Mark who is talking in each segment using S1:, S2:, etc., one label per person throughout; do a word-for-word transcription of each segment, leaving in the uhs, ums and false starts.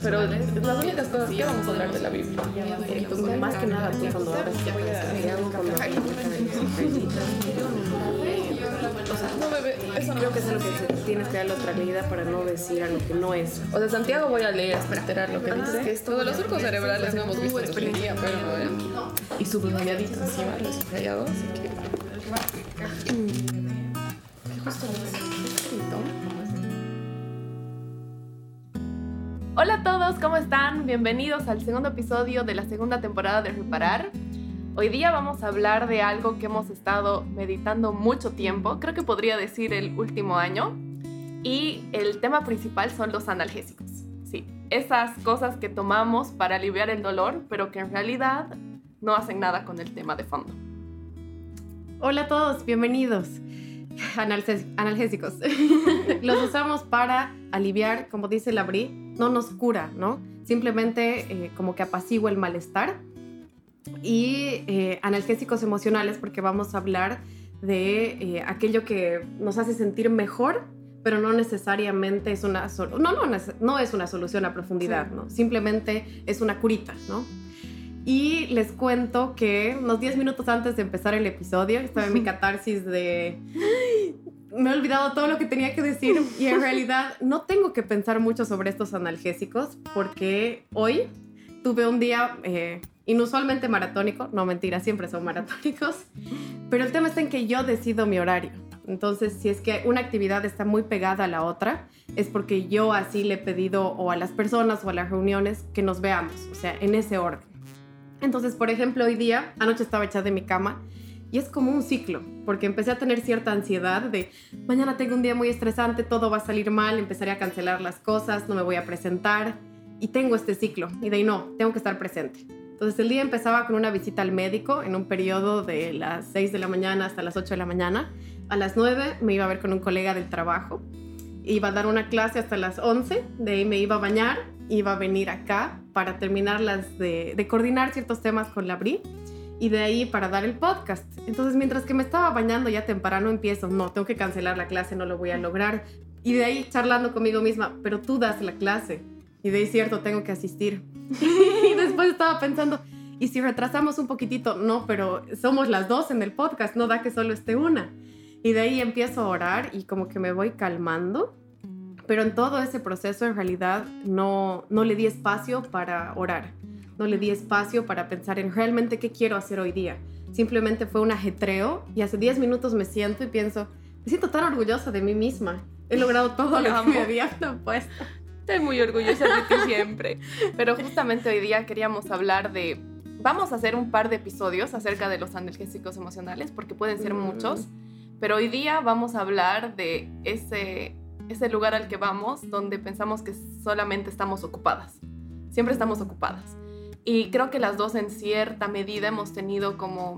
S1: Pero las únicas cosas que vamos a hablar de la Biblia. Entonces, más que nada, tú cuando hablas de Santiago, cuando hablas o sea, no, bebé, eso no. Creo que es lo que tienes que darle otra leída para no decir algo que no es. O sea, Santiago voy a leer, esperar lo que ah, dice. Que
S2: Todo los surcos cerebrales no hemos visto experiencia, pero ¿eh?
S1: Y subrayadito encima, lo subrayado, así que... Justo
S2: Hola a todos, ¿cómo están? Bienvenidos al segundo episodio de la segunda temporada de Reparar. Hoy día vamos a hablar de algo que hemos estado meditando mucho tiempo, creo que podría decir el último año, y el tema principal son los analgésicos. Sí, esas cosas que tomamos para aliviar el dolor, pero que en realidad no hacen nada con el tema de fondo.
S3: Hola a todos, bienvenidos. Analgés- analgésicos. Los usamos para aliviar, como dice la Bri, no nos cura, ¿no? Simplemente eh, como que apacigua el malestar. Y eh, analgésicos emocionales porque vamos a hablar de eh, aquello que nos hace sentir mejor, pero no necesariamente es una, sol- no, no, no es una solución a profundidad, sí. ¿no? Simplemente es una curita, ¿no? Y les cuento que unos diez minutos antes de empezar el episodio estaba en mi catarsis de... Me he olvidado todo lo que tenía que decir y en realidad no tengo que pensar mucho sobre estos analgésicos porque hoy tuve un día eh, inusualmente maratónico. No, mentira, siempre son maratónicos. Pero el tema está en que yo decido mi horario. Entonces, si es que una actividad está muy pegada a la otra, es porque yo así le he pedido o a las personas o a las reuniones que nos veamos, o sea, en ese orden. Entonces, por ejemplo, hoy día, anoche estaba echada en mi cama y es como un ciclo, porque empecé a tener cierta ansiedad de mañana tengo un día muy estresante, todo va a salir mal, empezaré a cancelar las cosas, no me voy a presentar y tengo este ciclo y de ahí no, tengo que estar presente. Entonces el día empezaba con una visita al médico en un periodo de las seis de la mañana hasta las ocho de la mañana. A las nueve me iba a ver con un colega del trabajo, iba a dar una clase hasta las once, de ahí me iba a bañar, iba a venir acá para terminar las de, de coordinar ciertos temas con la Bri y de ahí para dar el podcast. Entonces mientras que me estaba bañando ya temprano empiezo, no, tengo que cancelar la clase, no lo voy a lograr, y de ahí charlando conmigo misma, pero tú das la clase y de ahí cierto, tengo que asistir. Y después estaba pensando, ¿y si retrasamos un poquitito? No, pero somos las dos en el podcast, no da que solo esté una. Y de ahí empiezo a orar y como que me voy calmando, pero en todo ese proceso en realidad no, no le di espacio para orar, no le di espacio para pensar en realmente qué quiero hacer hoy día. Simplemente fue un ajetreo y hace diez minutos me siento y pienso, me siento tan orgullosa de mí misma, he logrado todo lo que me había propuesto.
S2: Estoy muy orgullosa de ti siempre. Pero justamente hoy día queríamos hablar de... Vamos a hacer un par de episodios acerca de los analgésicos emocionales, porque pueden ser mm. muchos. Pero hoy día vamos a hablar de ese, ese lugar al que vamos, donde pensamos que solamente estamos ocupadas. Siempre estamos ocupadas. Y creo que las dos en cierta medida hemos tenido como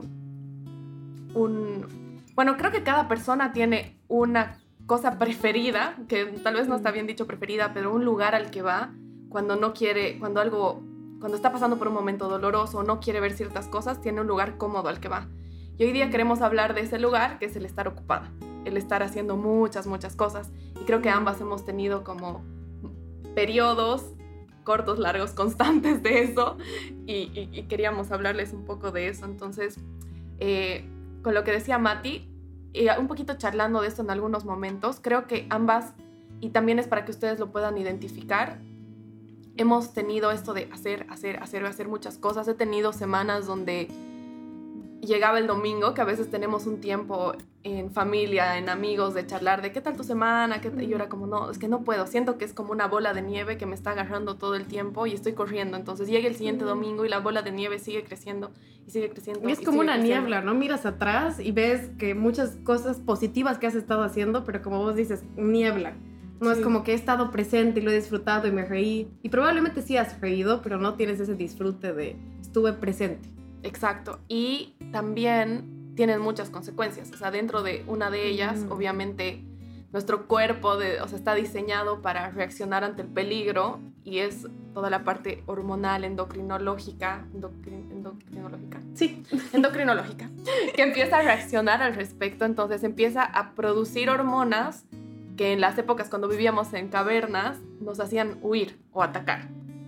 S2: un... Bueno, creo que cada persona tiene una cosa preferida, que tal vez no está bien dicho preferida, pero un lugar al que va cuando no quiere, cuando algo, cuando está pasando por un momento doloroso o no quiere ver ciertas cosas, tiene un lugar cómodo al que va. Y hoy día queremos hablar de ese lugar, que es el estar ocupada, el estar haciendo muchas, muchas cosas. Y creo que ambas hemos tenido como periodos cortos, largos, constantes de eso, y, y, y queríamos hablarles un poco de eso. Entonces, eh, con lo que decía Mati, y un poquito charlando de esto en algunos momentos, creo que ambas, y también es para que ustedes lo puedan identificar, hemos tenido esto de hacer, hacer, hacer, hacer muchas cosas. He tenido semanas donde llegaba el domingo, que a veces tenemos un tiempo en familia, en amigos, de charlar de qué tal tu semana, ¿Qué tal? Y yo era como, no, es que no puedo, siento que es como una bola de nieve que me está agarrando todo el tiempo y estoy corriendo. Entonces llega el siguiente domingo y la bola de nieve sigue creciendo y sigue creciendo.
S3: Y es
S2: y
S3: como
S2: sigue
S3: una
S2: creciendo.
S3: niebla, ¿no? Miras atrás y ves que muchas cosas positivas que has estado haciendo, pero como vos dices, niebla. No sí. Es como que he estado presente y lo he disfrutado y me reí. Y probablemente sí has reído, pero no tienes ese disfrute de estuve presente.
S2: Exacto. Y también tienen muchas consecuencias. O sea, dentro de una de ellas, mm. obviamente, nuestro cuerpo de, o sea, está diseñado para reaccionar ante el peligro y es toda la parte hormonal, endocrinológica, endocrin, endocrinológica,
S3: sí,
S2: endocrinológica, que empieza a reaccionar al respecto. Entonces empieza a producir hormonas que en las épocas cuando vivíamos en cavernas nos hacían huir o atacar.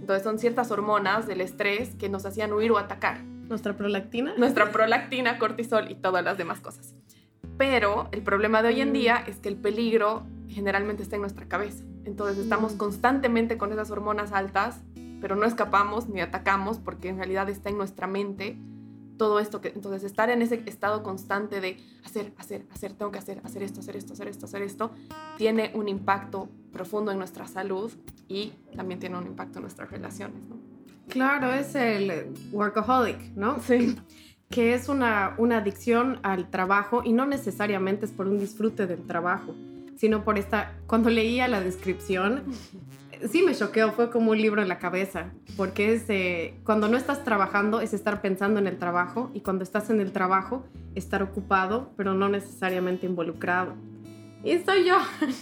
S2: Entonces son ciertas hormonas del estrés que nos hacían huir o atacar.
S3: ¿Nuestra prolactina?
S2: Nuestra prolactina, cortisol y todas las demás cosas. Pero el problema de hoy en día es que el peligro generalmente está en nuestra cabeza. Entonces estamos constantemente con esas hormonas altas, pero no escapamos ni atacamos porque en realidad está en nuestra mente todo esto. Que, entonces estar en ese estado constante de hacer, hacer, hacer, tengo que hacer, hacer esto, hacer esto, hacer esto, hacer esto, tiene un impacto profundo en nuestra salud y también tiene un impacto en nuestras relaciones, ¿no?
S3: Claro, es el workaholic, ¿no?
S2: Sí.
S3: Que es una, una adicción al trabajo y no necesariamente es por un disfrute del trabajo, sino por esta... Cuando leía la descripción, sí me choqueó, fue como un libro en la cabeza, porque es, eh, cuando no estás trabajando es estar pensando en el trabajo y cuando estás en el trabajo, estar ocupado, pero no necesariamente involucrado. Y soy yo.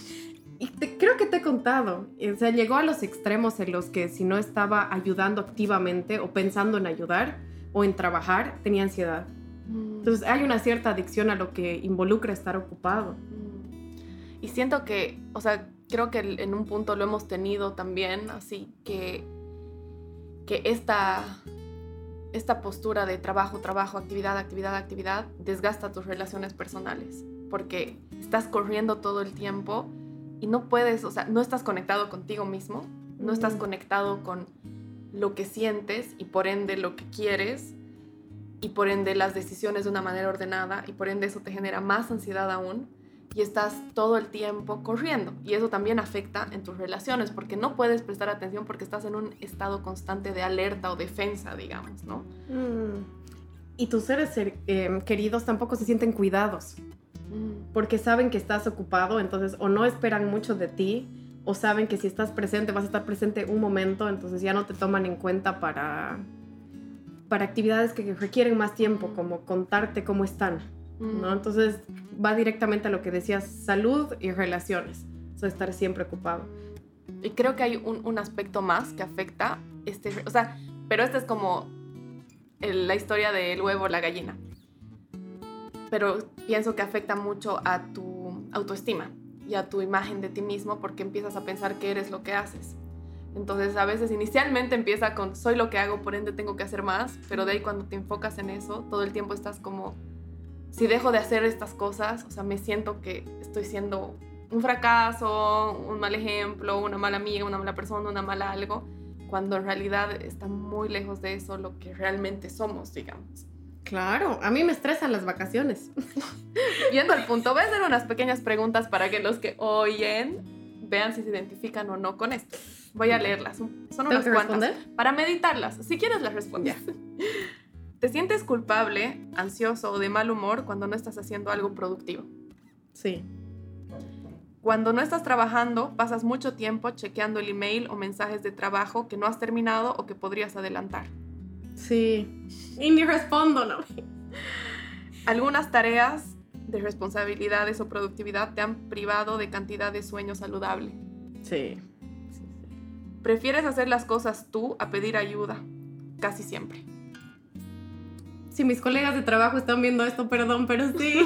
S3: Y te, creo que te he contado, o sea, llegó a los extremos en los que si no estaba ayudando activamente o pensando en ayudar o en trabajar, tenía ansiedad. Mm. Entonces hay una cierta adicción a lo que involucra estar ocupado.
S2: Mm. Y siento que, o sea, creo que en un punto lo hemos tenido también, así que, que esta, esta postura de trabajo, trabajo, actividad, actividad, actividad, desgasta tus relaciones personales, porque estás corriendo todo el tiempo y no puedes, o sea, no estás conectado contigo mismo, no estás conectado con lo que sientes y por ende lo que quieres y por ende las decisiones de una manera ordenada y por ende eso te genera más ansiedad aún y estás todo el tiempo corriendo y eso también afecta en tus relaciones porque no puedes prestar atención porque estás en un estado constante de alerta o defensa, digamos, ¿no?
S3: Mm. Y tus seres eh, queridos tampoco se sienten cuidados. Porque saben que estás ocupado, entonces o no esperan mucho de ti, o saben que si estás presente, vas a estar presente un momento, entonces ya no te toman en cuenta para, para actividades que requieren más tiempo, como contarte cómo están, ¿no? Entonces va directamente a lo que decías, salud y relaciones, o sea, estar siempre ocupado.
S2: Y creo que hay un, un aspecto más que afecta, este, o sea, pero esta es como el, la historia del huevo, la gallina. Pero pienso que afecta mucho a tu autoestima y a tu imagen de ti mismo porque empiezas a pensar que eres lo que haces. Entonces a veces inicialmente empieza con soy lo que hago, por ende tengo que hacer más, pero de ahí cuando te enfocas en eso, todo el tiempo estás como, si dejo de hacer estas cosas, o sea, me siento que estoy siendo un fracaso, un mal ejemplo, una mala amiga, una mala persona, una mala algo, cuando en realidad está muy lejos de eso lo que realmente somos, digamos.
S3: Claro, a mí me estresan las vacaciones.
S2: Viendo el punto, voy a hacer unas pequeñas preguntas para que los que oyen vean si se identifican o no con esto. Voy a leerlas, son unas cuantas. ¿Responder? Para meditarlas, si quieres las respondes. ¿Te sientes culpable, ansioso o de mal humor cuando no estás haciendo algo productivo?
S3: Sí.
S2: Cuando no estás trabajando, pasas mucho tiempo chequeando el email o mensajes de trabajo que no has terminado o que podrías adelantar.
S3: Sí, y ni respondo, ¿no?
S2: Algunas tareas de responsabilidades o productividad te han privado de cantidad de sueño saludable.
S3: Sí.
S2: ¿Prefieres hacer las cosas tú a pedir ayuda? Casi siempre.
S3: Si mis colegas de trabajo están viendo esto, perdón, pero sí.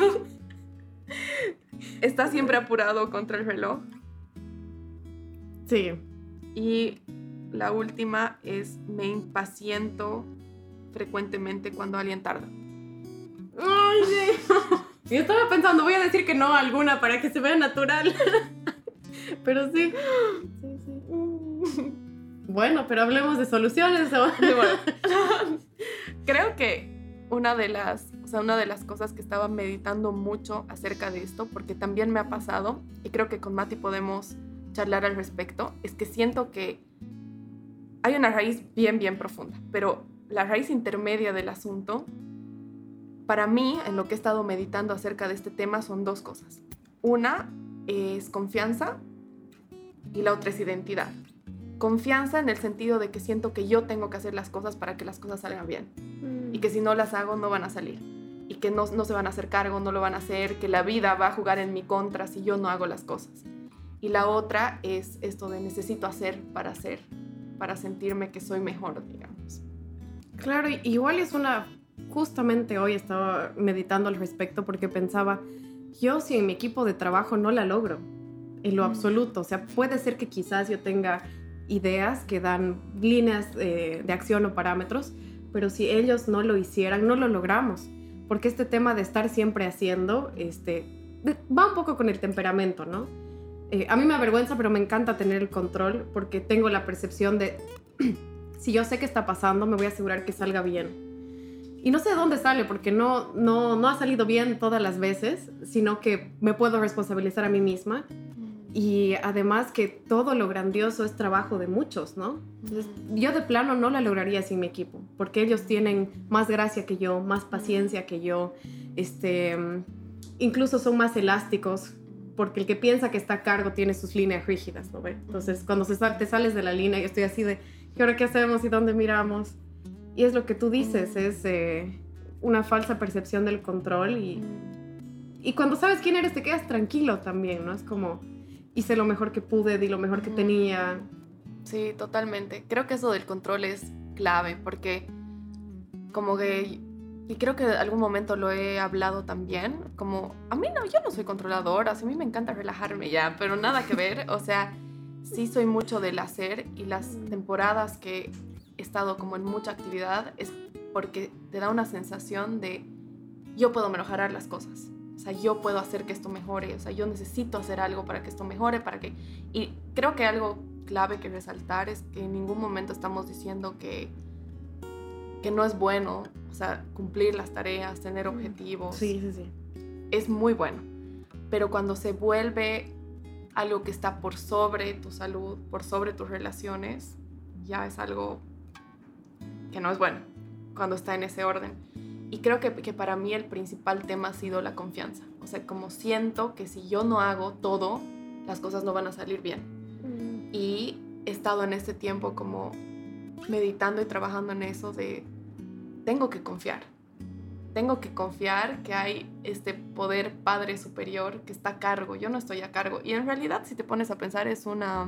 S2: ¿Estás siempre apurado contra el reloj?
S3: Sí.
S2: Y la última es me impaciento frecuentemente cuando alguien tarda.
S3: Ay, sí. Yo estaba pensando, voy a decir que no a alguna para que se vea natural. Pero sí. Sí, sí. Bueno, pero hablemos de soluciones. ¿O?
S2: Sí, bueno. Creo que una de las, o sea, una de las cosas que estaba meditando mucho acerca de esto, porque también me ha pasado, y creo que con Mati podemos charlar al respecto, es que siento que hay una raíz bien, bien profunda, pero la raíz intermedia del asunto, para mí, en lo que he estado meditando acerca de este tema, son dos cosas. Una es confianza y la otra es identidad. Confianza en el sentido de que siento que yo tengo que hacer las cosas para que las cosas salgan bien. Mm. Y que si no las hago, no van a salir. Y que no, no se van a hacer cargo, no lo van a hacer, que la vida va a jugar en mi contra si yo no hago las cosas. Y la otra es esto de necesito hacer para hacer, para sentirme que soy mejor, digamos.
S3: Claro, igual es una... Justamente hoy estaba meditando al respecto porque pensaba, yo si en mi equipo de trabajo no la logro, en lo mm. absoluto, o sea, puede ser que quizás yo tenga ideas, que dan líneas eh, de acción o parámetros, pero si ellos no lo hicieran, no lo logramos. Porque este tema de estar siempre haciendo, este, va un poco con el temperamento, ¿no? Eh, a mí me avergüenza, pero me encanta tener el control porque tengo la percepción de, si yo sé qué está pasando, me voy a asegurar que salga bien. Y no sé de dónde sale, porque no, no, no ha salido bien todas las veces, sino que me puedo responsabilizar a mí misma. Y además que todo lo grandioso es trabajo de muchos, ¿no? Entonces, yo de plano no la lograría sin mi equipo, porque ellos tienen más gracia que yo, más paciencia que yo, este, incluso son más elásticos, porque el que piensa que está a cargo tiene sus líneas rígidas, ¿no ve? Entonces, cuando se sal, te sales de la línea, yo estoy así de, ¿y ahora qué hacemos y dónde miramos? Y es lo que tú dices, es eh, una falsa percepción del control y, y cuando sabes quién eres te quedas tranquilo también, ¿no? Es como, hice lo mejor que pude, di lo mejor que tenía.
S2: Sí, totalmente. Creo que eso del control es clave porque como que, y creo que en algún momento lo he hablado también, como, a mí no, yo no soy controladora, o sea, a mí me encanta relajarme ya, pero nada que ver, o sea, sí soy mucho del hacer y las temporadas que he estado como en mucha actividad es porque te da una sensación de yo puedo mejorar las cosas, o sea, yo puedo hacer que esto mejore, o sea, yo necesito hacer algo para que esto mejore, para que... Y creo que algo clave que resaltar es que en ningún momento estamos diciendo que, que no es bueno, o sea, cumplir las tareas, tener objetivos.
S3: Sí, sí, sí.
S2: Es muy bueno, pero cuando se vuelve algo que está por sobre tu salud, por sobre tus relaciones, ya es algo que no es bueno cuando está en ese orden. Y creo que, que para mí el principal tema ha sido la confianza. O sea, como siento que si yo no hago todo, las cosas no van a salir bien. Mm. Y he estado en este tiempo como meditando y trabajando en eso de tengo que confiar. Tengo que confiar que hay este poder padre superior que está a cargo. Yo no estoy a cargo. Y en realidad, si te pones a pensar, es una,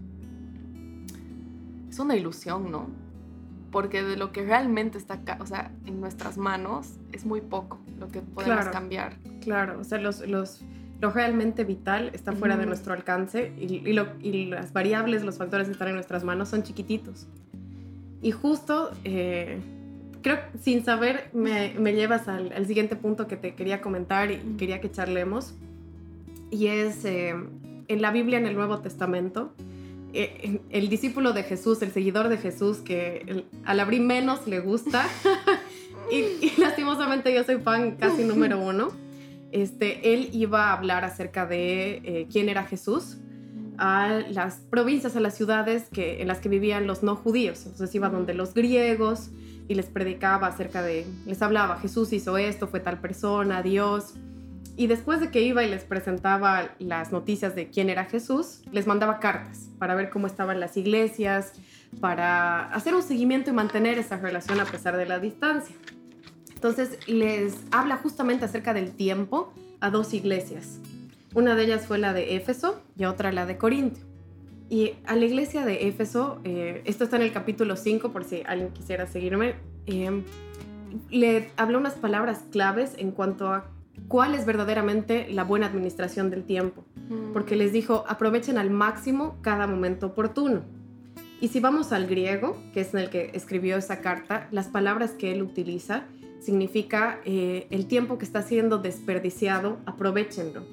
S2: es una ilusión, ¿no? Porque de lo que realmente está acá, o sea, en nuestras manos es muy poco lo que podemos
S3: claro,
S2: cambiar.
S3: Claro, o sea, los, los, lo realmente vital está fuera mm. de nuestro alcance y, y, lo, y las variables, los factores que están en nuestras manos son chiquititos. Y justo, eh, creo, sin saber, me, me llevas al, al siguiente punto que te quería comentar y mm. quería que charlemos. Y es, eh, en la Biblia, en el Nuevo Testamento, el discípulo de Jesús, el seguidor de Jesús, que el, al abrir menos le gusta, y, y lastimosamente yo soy fan casi número uno, este, él iba a hablar acerca de eh, quién era Jesús a las provincias, a las ciudades que, en las que vivían los no judíos. Entonces iba donde los griegos y les predicaba acerca de, les hablaba, Jesús hizo esto, fue tal persona, Dios. Y después de que iba y les presentaba las noticias de quién era Jesús, les mandaba cartas para ver cómo estaban las iglesias, para hacer un seguimiento y mantener esa relación a pesar de la distancia. Entonces les habla justamente acerca del tiempo a dos iglesias. Una de ellas fue la de Éfeso y otra la de Corinto. Y a la iglesia de Éfeso, eh, esto está en el capítulo cinco por si alguien quisiera seguirme, eh, le habló unas palabras claves en cuanto a cuál es verdaderamente la buena administración del tiempo, porque les dijo, aprovechen al máximo cada momento oportuno. Y si vamos al griego, que es en el que escribió esa carta, las palabras que él utiliza significa eh, el tiempo que está siendo desperdiciado, aprovéchenlo.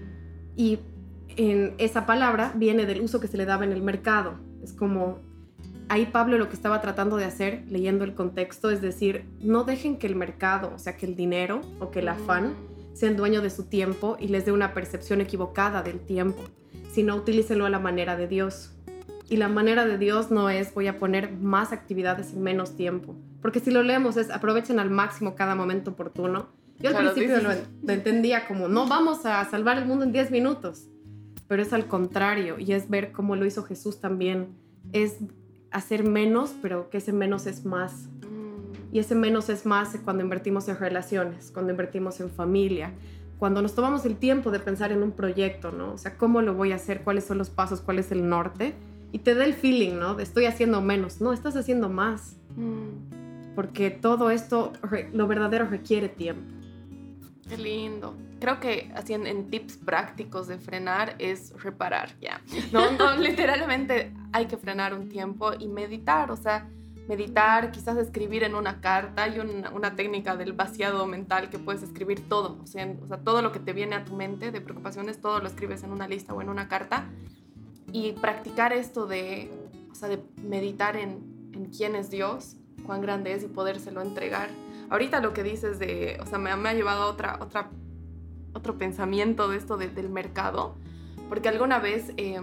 S3: Y en esa palabra viene del uso que se le daba en el mercado. Es como, ahí Pablo lo que estaba tratando de hacer, leyendo el contexto, es decir, no dejen que el mercado, o sea, que el dinero o que el afán sean dueño de su tiempo y les dé una percepción equivocada del tiempo, sino utilícenlo a la manera de Dios. Y la manera de Dios no es voy a poner más actividades en menos tiempo, porque si lo leemos es aprovechen al máximo cada momento oportuno. Yo al claro, principio lo, lo entendía como no vamos a salvar el mundo en diez minutos, pero es al contrario y es ver cómo lo hizo Jesús también, es hacer menos, pero que ese menos es más. Y ese menos es más cuando invertimos en relaciones, cuando invertimos en familia, cuando nos tomamos el tiempo de pensar en un proyecto, ¿no? O sea, ¿cómo lo voy a hacer? ¿Cuáles son los pasos? ¿Cuál es el norte? Y te da el feeling, ¿no? De estoy haciendo menos. No, estás haciendo más. Mm. Porque todo esto, lo verdadero requiere tiempo.
S2: Qué lindo. creo que así en, en tips prácticos de frenar es reparar, ya. No, no, literalmente hay que frenar un tiempo y meditar, o sea, meditar, quizás escribir en una carta. Hay una, una técnica del vaciado mental que puedes escribir todo, o sea, en, o sea, todo lo que te viene a tu mente de preocupaciones, todo lo escribes en una lista o en una carta, y practicar esto de, o sea, de meditar en, en quién es Dios, cuán grande es y podérselo entregar. Ahorita lo que dices de, o sea, me, me ha llevado a otra, otra, otro pensamiento de esto de, del mercado, porque alguna vez eh,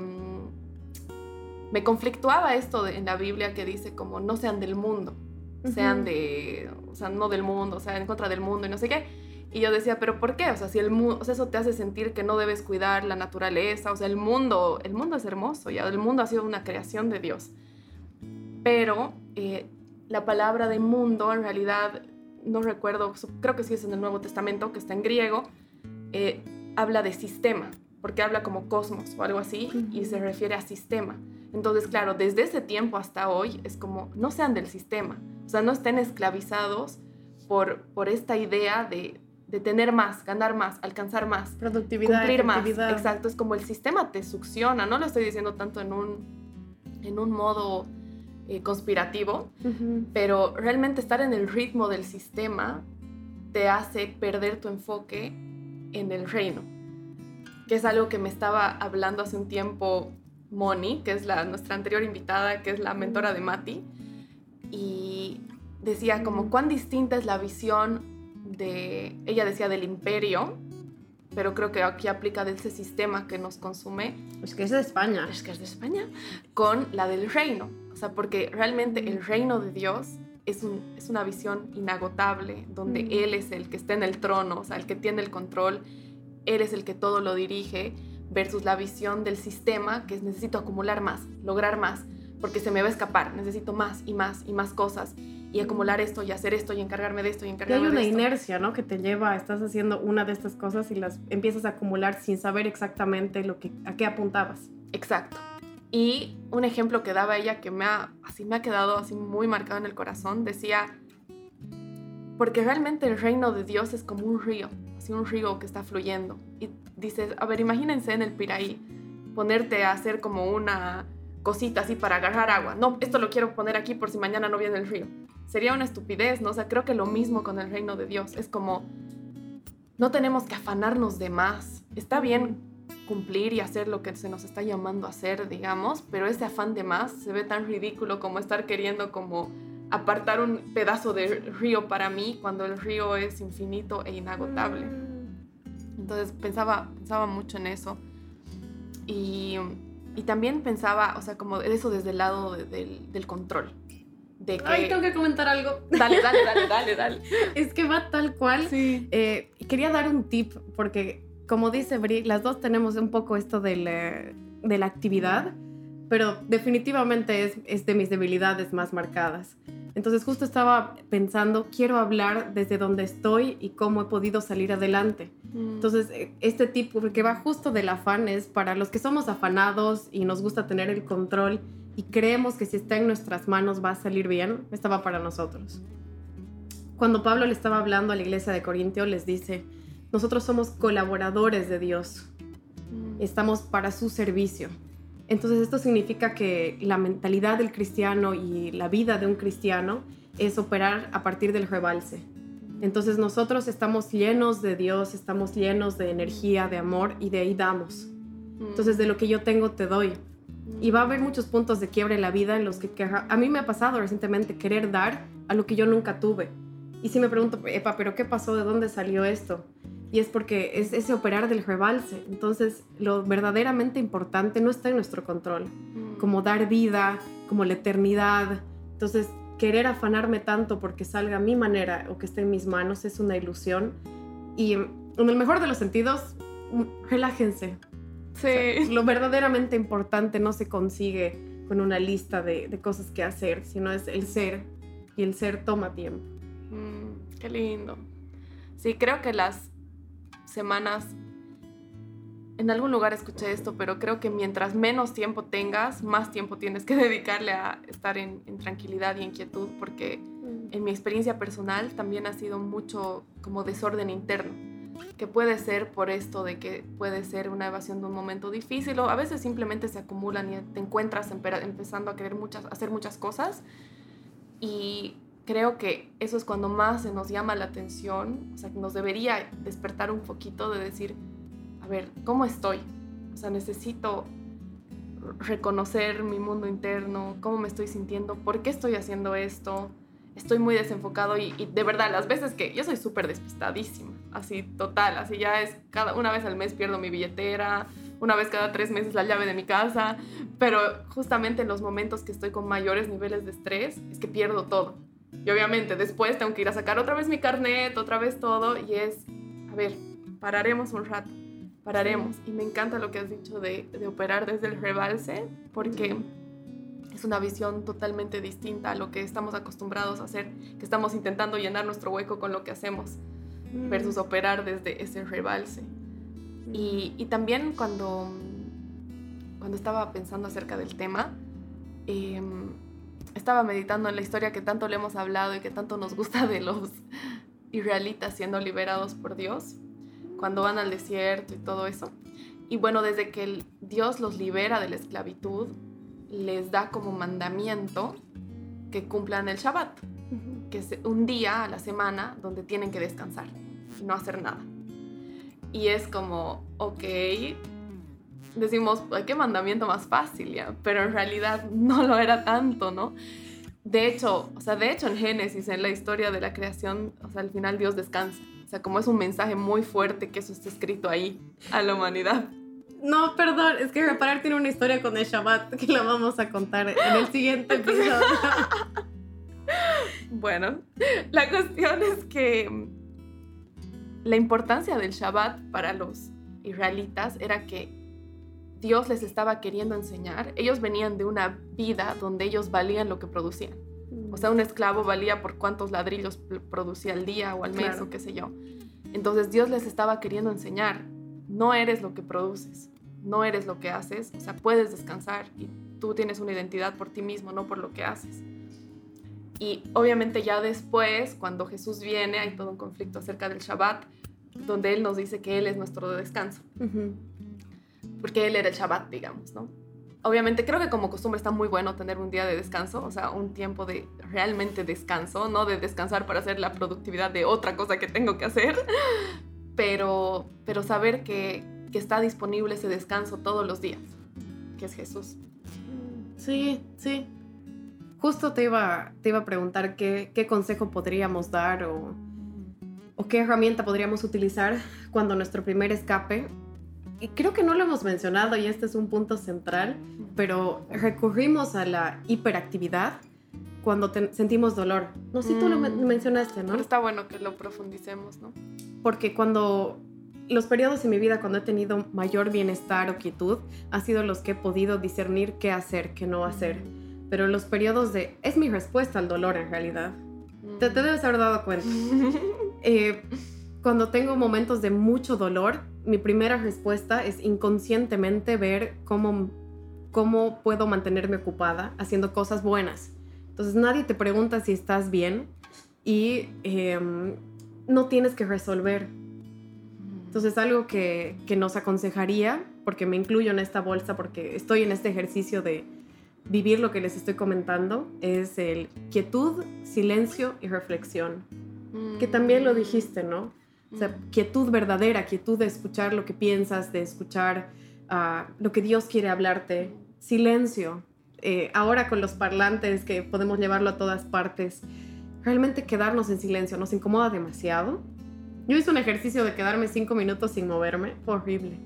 S2: me conflictuaba esto de, en la Biblia que dice como no sean del mundo, uh-huh. sean de, o sea, no del mundo, o sea, en contra del mundo y no sé qué. Y yo decía, ¿pero por qué? O sea, si el mu- o sea, eso te hace sentir que no debes cuidar la naturaleza, o sea, el mundo, el mundo es hermoso, ya, el mundo ha sido una creación de Dios. Pero eh, la palabra de mundo, en realidad, no recuerdo, creo que sí es en el Nuevo Testamento, que está en griego, eh, habla de sistema, porque habla como cosmos o algo así, uh-huh. y se refiere a sistema. Entonces, claro, desde ese tiempo hasta hoy es como, no sean del sistema, o sea, no estén esclavizados por, por esta idea de, de tener más, ganar más, alcanzar más,
S3: productividad,
S2: cumplir más.
S3: efectividad.
S2: Exacto, es como el sistema te succiona, no lo estoy diciendo tanto en un, en un modo eh, conspirativo, uh-huh. pero realmente estar en el ritmo del sistema te hace perder tu enfoque en el reino, que es algo que me estaba hablando hace un tiempo Moni, que es la, nuestra anterior invitada, que es la mentora de Mati, y decía como cuán distinta es la visión de, ella decía del imperio, pero creo que aquí aplica de ese sistema que nos consume.
S3: Es que es de España.
S2: Es que es de España, con la del reino. O sea, porque realmente el reino de Dios es, un, es una visión inagotable, donde mm. Él es el que está en el trono, o sea, el que tiene el control, Él es el que todo lo dirige, versus la visión del sistema, que es necesito acumular más, lograr más, porque se me va a escapar, necesito más y más y más cosas, y acumular esto y hacer esto y encargarme de esto y encargarme de esto.
S3: Y hay una inercia, ¿no? Que te lleva, estás haciendo una de estas cosas y las empiezas a acumular sin saber exactamente lo que, a qué apuntabas.
S2: Exacto. Y un ejemplo que daba ella que me ha, así me ha quedado así muy marcado en el corazón, decía, porque realmente el reino de Dios es como un río, así un río que está fluyendo. Y dices, a ver, imagínense en el Piraí, ponerte a hacer como una cosita así para agarrar agua. No, esto lo quiero poner aquí por si mañana no viene el río. Sería una estupidez, ¿no? O sea, creo que lo mismo con el reino de Dios. Es como, no tenemos que afanarnos de más. Está bien cumplir y hacer lo que se nos está llamando a hacer, digamos, pero ese afán de más se ve tan ridículo como estar queriendo como apartar un pedazo de río para mí cuando el río es infinito e inagotable. Entonces pensaba, pensaba mucho en eso y, y también pensaba, o sea, como eso desde el lado de, del, del control. De que...
S3: Ay, tengo que comentar algo.
S2: Dale, dale, dale, dale, dale.
S3: Es que va tal cual.
S2: Sí.
S3: Eh, quería dar un tip porque, como dice Bri, las dos tenemos un poco esto de la, de la actividad, pero definitivamente es, es de mis debilidades más marcadas. Entonces justo estaba pensando, quiero hablar desde donde estoy y cómo he podido salir adelante. Mm. Entonces este tip que va justo del afán es para los que somos afanados y nos gusta tener el control y creemos que si está en nuestras manos va a salir bien, estaba para nosotros. Cuando Pablo le estaba hablando a la iglesia de Corintio, les dice, nosotros somos colaboradores de Dios, mm. estamos para su servicio. Entonces esto significa que la mentalidad del cristiano y la vida de un cristiano es operar a partir del rebalse. Entonces nosotros estamos llenos de Dios, estamos llenos de energía, de amor y de ahí damos. Entonces de lo que yo tengo te doy. Y va a haber muchos puntos de quiebre en la vida en los que a mí me ha pasado recientemente querer dar a lo que yo nunca tuve. Y si me pregunto, epa, ¿pero qué pasó? ¿De dónde salió esto? Y es porque es ese operar del rebalse. Entonces, lo verdaderamente importante no está en nuestro control. Mm. Como dar vida, como la eternidad. Entonces, querer afanarme tanto porque salga a mi manera o que esté en mis manos es una ilusión. Y en el mejor de los sentidos, relájense.
S2: Sí.
S3: O sea, lo verdaderamente importante no se consigue con una lista de, de cosas que hacer, sino es el ser. Y el ser toma tiempo.
S2: Mm, qué lindo. Sí, creo que las semanas, en algún lugar escuché esto, pero creo que mientras menos tiempo tengas, más tiempo tienes que dedicarle a estar en, en tranquilidad y en quietud, porque mm. en mi experiencia personal también ha sido mucho como desorden interno. que puede ser por esto de que puede ser una evasión de un momento difícil, o a veces simplemente se acumulan y te encuentras empezando a querer muchas, hacer muchas cosas, y creo que eso es cuando más se nos llama la atención, o sea, que nos debería despertar un poquito de decir, a ver, ¿cómo estoy? O sea, necesito reconocer mi mundo interno, cómo me estoy sintiendo, por qué estoy haciendo esto. Estoy muy desenfocado y, y de verdad, las veces que yo soy súper despistadísima, así total, así ya es, cada una vez al mes pierdo mi billetera, una vez cada tres meses la llave de mi casa, pero justamente en los momentos que estoy con mayores niveles de estrés es que pierdo todo. Y obviamente después tengo que ir a sacar otra vez mi carnet, otra vez todo, y es, a ver, pararemos un rato, pararemos. Y me encanta lo que has dicho de, de operar desde el rebalse, porque es una visión totalmente distinta a lo que estamos acostumbrados a hacer, que estamos intentando llenar nuestro hueco con lo que hacemos, mm. versus operar desde ese rebalse. Mm. Y, y también cuando, cuando estaba pensando acerca del tema, eh, estaba meditando en la historia que tanto le hemos hablado y que tanto nos gusta de los israelitas siendo liberados por Dios, cuando van al desierto y todo eso. Y bueno, desde que el Dios los libera de la esclavitud, les da como mandamiento que cumplan el Shabbat, uh-huh. que es un día a la semana donde tienen que descansar y no hacer nada. Y es como, ok, decimos, qué mandamiento más fácil, ya, pero en realidad no lo era tanto, ¿no? De hecho, o sea, de hecho en Génesis, en la historia de la creación, o sea, al final Dios descansa. O sea, como es un mensaje muy fuerte que eso está escrito ahí a la humanidad.
S3: No, perdón, es que Reparar tiene una historia con el Shabbat que la vamos a contar en el siguiente episodio.
S2: Bueno, la cuestión es que la importancia del Shabbat para los israelitas era que Dios les estaba queriendo enseñar. Ellos venían de una vida donde ellos valían lo que producían. O sea, un esclavo valía por cuántos ladrillos producía al día o al mes, claro. o qué sé yo. Entonces Dios les estaba queriendo enseñar, no eres lo que produces, no eres lo que haces, o sea, puedes descansar y tú tienes una identidad por ti mismo, no por lo que haces. Y obviamente ya después, cuando Jesús viene, hay todo un conflicto acerca del Shabbat, donde Él nos dice que Él es nuestro descanso. Uh-huh. Porque Él era el Shabbat, digamos, ¿no? Obviamente creo que como costumbre está muy bueno tener un día de descanso, o sea, un tiempo de realmente descanso, no de descansar para hacer la productividad de otra cosa que tengo que hacer, pero, pero saber que, que está disponible ese descanso todos los días, que es Jesús.
S3: Sí, sí. Justo te iba, te iba a preguntar qué, qué consejo podríamos dar o, o qué herramienta podríamos utilizar cuando nuestro primer escape, y creo que no lo hemos mencionado y este es un punto central, pero recurrimos a la hiperactividad cuando te, sentimos dolor. No sé si mm. tú lo men- mencionaste, ¿no?
S2: Pero está bueno que lo profundicemos, ¿no?
S3: Porque cuando los periodos en mi vida cuando he tenido mayor bienestar o quietud han sido los que he podido discernir qué hacer, qué no hacer. Pero los periodos de... es mi respuesta al dolor en realidad. Mm. Te, te debes haber dado cuenta. eh, cuando tengo momentos de mucho dolor, mi primera respuesta es inconscientemente ver cómo, cómo puedo mantenerme ocupada haciendo cosas buenas. Entonces nadie te pregunta si estás bien y eh, no tienes que resolver. Entonces algo que, que nos aconsejaría, porque me incluyo en esta bolsa, porque estoy en este ejercicio de vivir lo que les estoy comentando, es el quietud, silencio y reflexión. Mm. Que también lo dijiste, ¿no? O sea, quietud verdadera, quietud de escuchar lo que piensas, de escuchar uh, lo que Dios quiere hablarte. Silencio. Eh, ahora con los parlantes que podemos llevarlo a todas partes, realmente quedarnos en silencio nos incomoda demasiado. Yo hice un ejercicio de quedarme cinco minutos sin moverme. Fue horrible.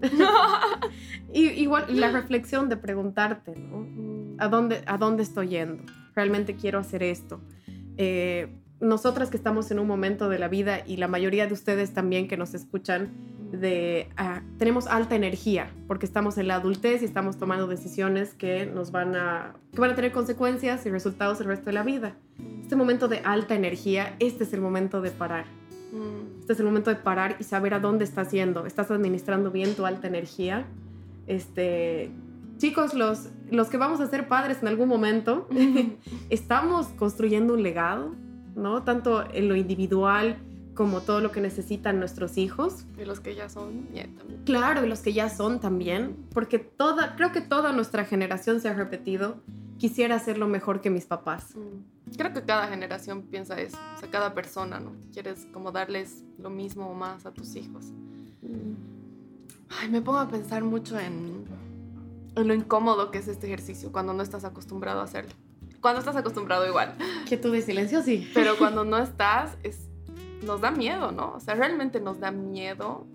S3: y, igual la reflexión de preguntarte, ¿no? ¿A dónde, ¿A dónde estoy yendo? ¿Realmente quiero hacer esto? Eh, nosotras que estamos en un momento de la vida y la mayoría de ustedes también que nos escuchan, de, uh, tenemos alta energía porque estamos en la adultez y estamos tomando decisiones que nos van a, que van a tener consecuencias y resultados el resto de la vida. Este momento de alta energía, este es el momento de parar. Este es el momento de parar y saber a dónde estás yendo. ¿Estás administrando bien tu alta energía? Este, chicos, los, los que vamos a ser padres en algún momento, estamos construyendo un legado, ¿no? Tanto en lo individual como todo lo que necesitan nuestros hijos.
S2: Y los que ya son, yeah, también.
S3: Claro, y los que ya son también, porque toda, creo que toda nuestra generación se ha repetido, quisiera hacerlo mejor que mis papás.
S2: Mm. Creo que cada generación piensa eso, o sea, cada persona, ¿no? Quieres como darles lo mismo o más a tus hijos. Mm. Ay, me pongo a pensar mucho en, en lo incómodo que es este ejercicio cuando no estás acostumbrado a hacerlo. Cuando estás acostumbrado igual.
S3: Quietud y silencio, sí.
S2: Pero cuando no estás, es, nos da miedo, ¿no? O sea, realmente nos da miedo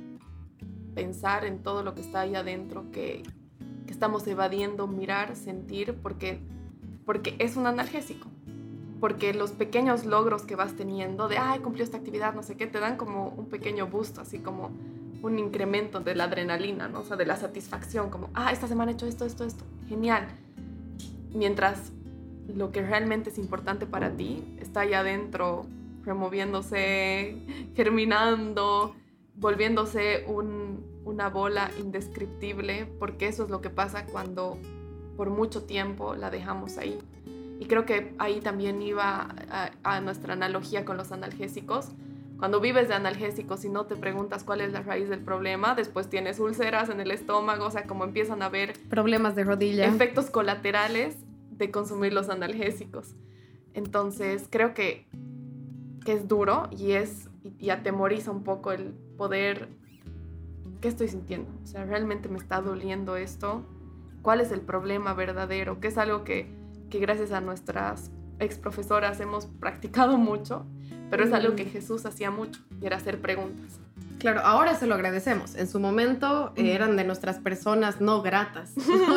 S2: pensar en todo lo que está ahí adentro, que, que estamos evadiendo, mirar, sentir, porque, porque es un analgésico. Porque los pequeños logros que vas teniendo de, ay, cumplió esta actividad, no sé qué, te dan como un pequeño boost, así como un incremento de la adrenalina, ¿no? O sea, de la satisfacción, como, ah, esta semana he hecho esto, esto, esto. Genial. Mientras lo que realmente es importante para ti está ahí adentro, removiéndose, germinando, volviéndose un, una bola indescriptible, porque eso es lo que pasa cuando por mucho tiempo la dejamos ahí. Y creo que ahí también iba a, a nuestra analogía con los analgésicos. Cuando vives de analgésicos y no te preguntas cuál es la raíz del problema, después tienes úlceras en el estómago, o sea, como empiezan a haber
S3: problemas de rodilla,
S2: efectos colaterales de consumir los analgésicos. Entonces creo que, que es duro y, es, y, y atemoriza un poco el poder, ¿qué estoy sintiendo? O sea, ¿realmente me está doliendo esto? ¿Cuál es el problema verdadero? Que es algo que, que gracias a nuestras ex profesoras hemos practicado mucho, pero es algo que Jesús hacía mucho, y era hacer preguntas.
S3: Claro, ahora se lo agradecemos. En su momento eh, eran de nuestras personas no gratas.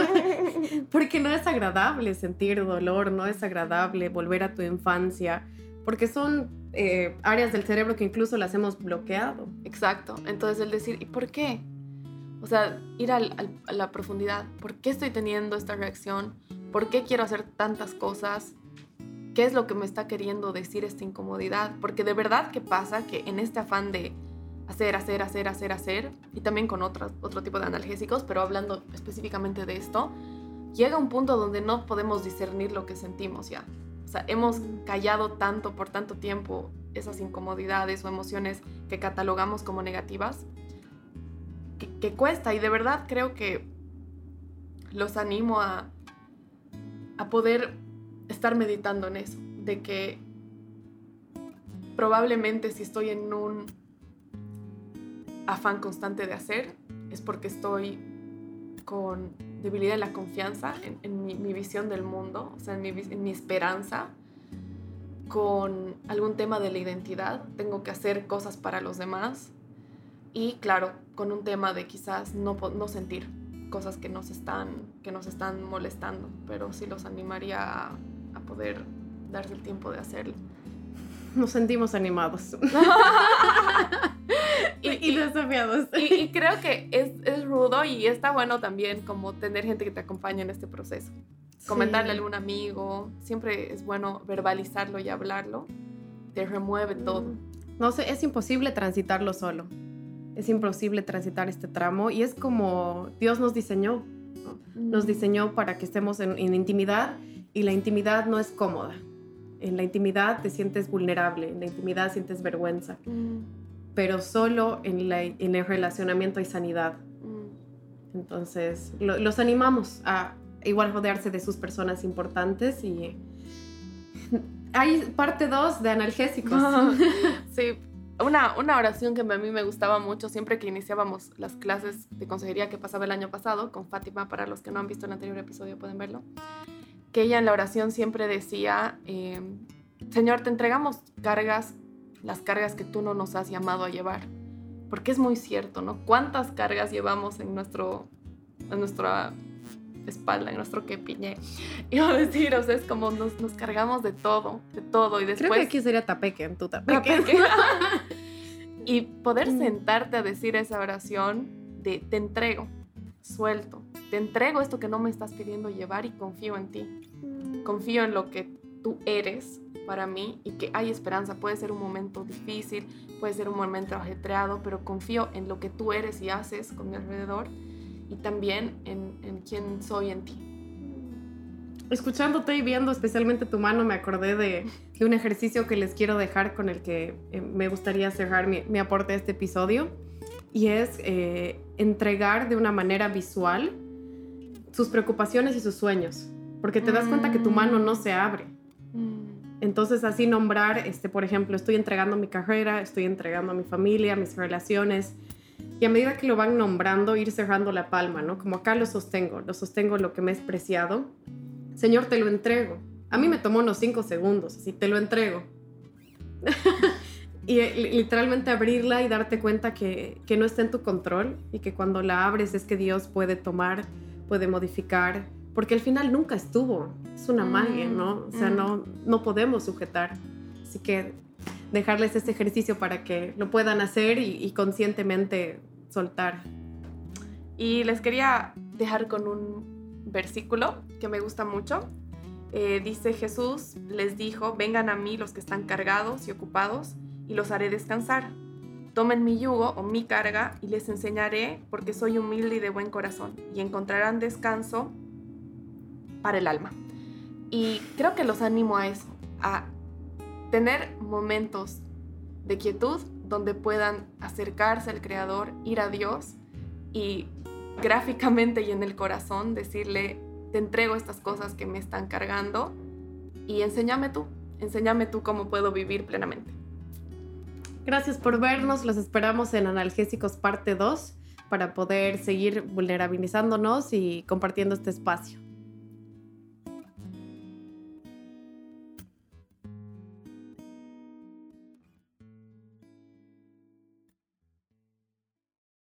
S3: Porque no es agradable sentir dolor, no es agradable volver a tu infancia, porque son eh, áreas del cerebro que incluso las hemos bloqueado.
S2: Exacto. Entonces el decir, ¿y por qué? O sea, ir al, al, a la profundidad. ¿Por qué estoy teniendo esta reacción? ¿Por qué quiero hacer tantas cosas? ¿Qué es lo que me está queriendo decir esta incomodidad? Porque de verdad que pasa que en este afán de hacer, hacer, hacer, hacer, hacer, y también con otro, otro tipo de analgésicos, pero hablando específicamente de esto, llega un punto donde no podemos discernir lo que sentimos ya. O sea, hemos callado tanto por tanto tiempo esas incomodidades o emociones que catalogamos como negativas, que, que cuesta, y de verdad creo que los animo a, a poder estar meditando en eso, de que probablemente si estoy en un afán constante de hacer, es porque estoy con debilidad en la confianza, en, en mi, mi visión del mundo, o sea, en mi, en mi esperanza, con algún tema de la identidad, tengo que hacer cosas para los demás, y claro, con un tema de quizás no, no sentir cosas que nos están, que nos están molestando, pero sí los animaría a, a poder darse el tiempo de hacerlo.
S3: Nos sentimos animados. y, y desafiados.
S2: Y, y creo que es, es rudo, y está bueno también como tener gente que te acompañe en este proceso. Comentarle sí. a algún amigo, siempre es bueno verbalizarlo y hablarlo, te remueve todo.
S3: No sé, es imposible transitarlo solo. Es imposible transitar este tramo, y es como Dios nos diseñó, ¿no? Mm. Nos diseñó para que estemos en, en intimidad, y la intimidad no es cómoda. En la intimidad te sientes vulnerable, en la intimidad sientes vergüenza, mm. pero solo en, la, en el relacionamiento hay sanidad. Mm. Entonces, lo, los animamos a igual rodearse de sus personas importantes, y hay parte dos de analgésicos.
S2: Sí, una, una oración que a mí me gustaba mucho siempre que iniciábamos las clases de consejería que pasaba el año pasado con Fátima, para los que no han visto el anterior episodio pueden verlo, que ella en la oración siempre decía, eh, Señor, te entregamos cargas, las cargas que tú no nos has llamado a llevar. Porque es muy cierto, ¿no? ¿Cuántas cargas llevamos en, nuestro, en nuestra espalda, en nuestro kepiñé? Iba a decir, o sea, es como nos, nos cargamos de todo, de todo. Y después,
S3: creo que aquí sería tapeque, en tu tapeque.
S2: tapeque. Y poder sentarte a decir esa oración de te entrego, suelto, te entrego esto que no me estás pidiendo llevar y confío en ti. Confío en lo que tú eres para mí y que hay esperanza. Puede ser un momento difícil, puede ser un momento ajetreado, pero confío en lo que tú eres y haces con mi alrededor, y también en, en quién soy en ti.
S3: escuchándote y viendo especialmente tu mano, me acordé de, de un ejercicio que les quiero dejar con el que eh, me gustaría cerrar mi, mi aporte a este episodio, y es eh, entregar de una manera visual sus preocupaciones y sus sueños, porque te das cuenta que tu mano no se abre. Entonces así nombrar, este, por ejemplo, estoy entregando mi carrera, estoy entregando a mi familia, mis relaciones, y a medida que lo van nombrando, ir cerrando la palma, ¿no? Como acá lo sostengo, lo sostengo lo que me es preciado. Señor, te lo entrego. A mí me tomó unos cinco segundos, así, te lo entrego. Y literalmente abrirla y darte cuenta que, que no está en tu control, y que cuando la abres es que Dios puede tomar, puede modificar, porque al final nunca estuvo. Es una mm, magia, ¿no? O sea, mm. no, no podemos sujetar. Así que dejarles ese ejercicio para que lo puedan hacer y, y conscientemente soltar.
S2: Y les quería dejar con un versículo que me gusta mucho. Eh, dice Jesús, les dijo, vengan a mí los que están cargados y ocupados, y los haré descansar. Tomen mi yugo o mi carga y les enseñaré, porque soy humilde y de buen corazón, y encontrarán descanso para el alma. Y creo que los animo a eso, a tener momentos de quietud donde puedan acercarse al Creador, ir a Dios y gráficamente y en el corazón decirle, te entrego estas cosas que me están cargando y enséñame tú, enséñame tú cómo puedo vivir plenamente.
S3: Gracias por vernos, los esperamos en Analgésicos parte dos para poder seguir vulnerabilizándonos y compartiendo este espacio.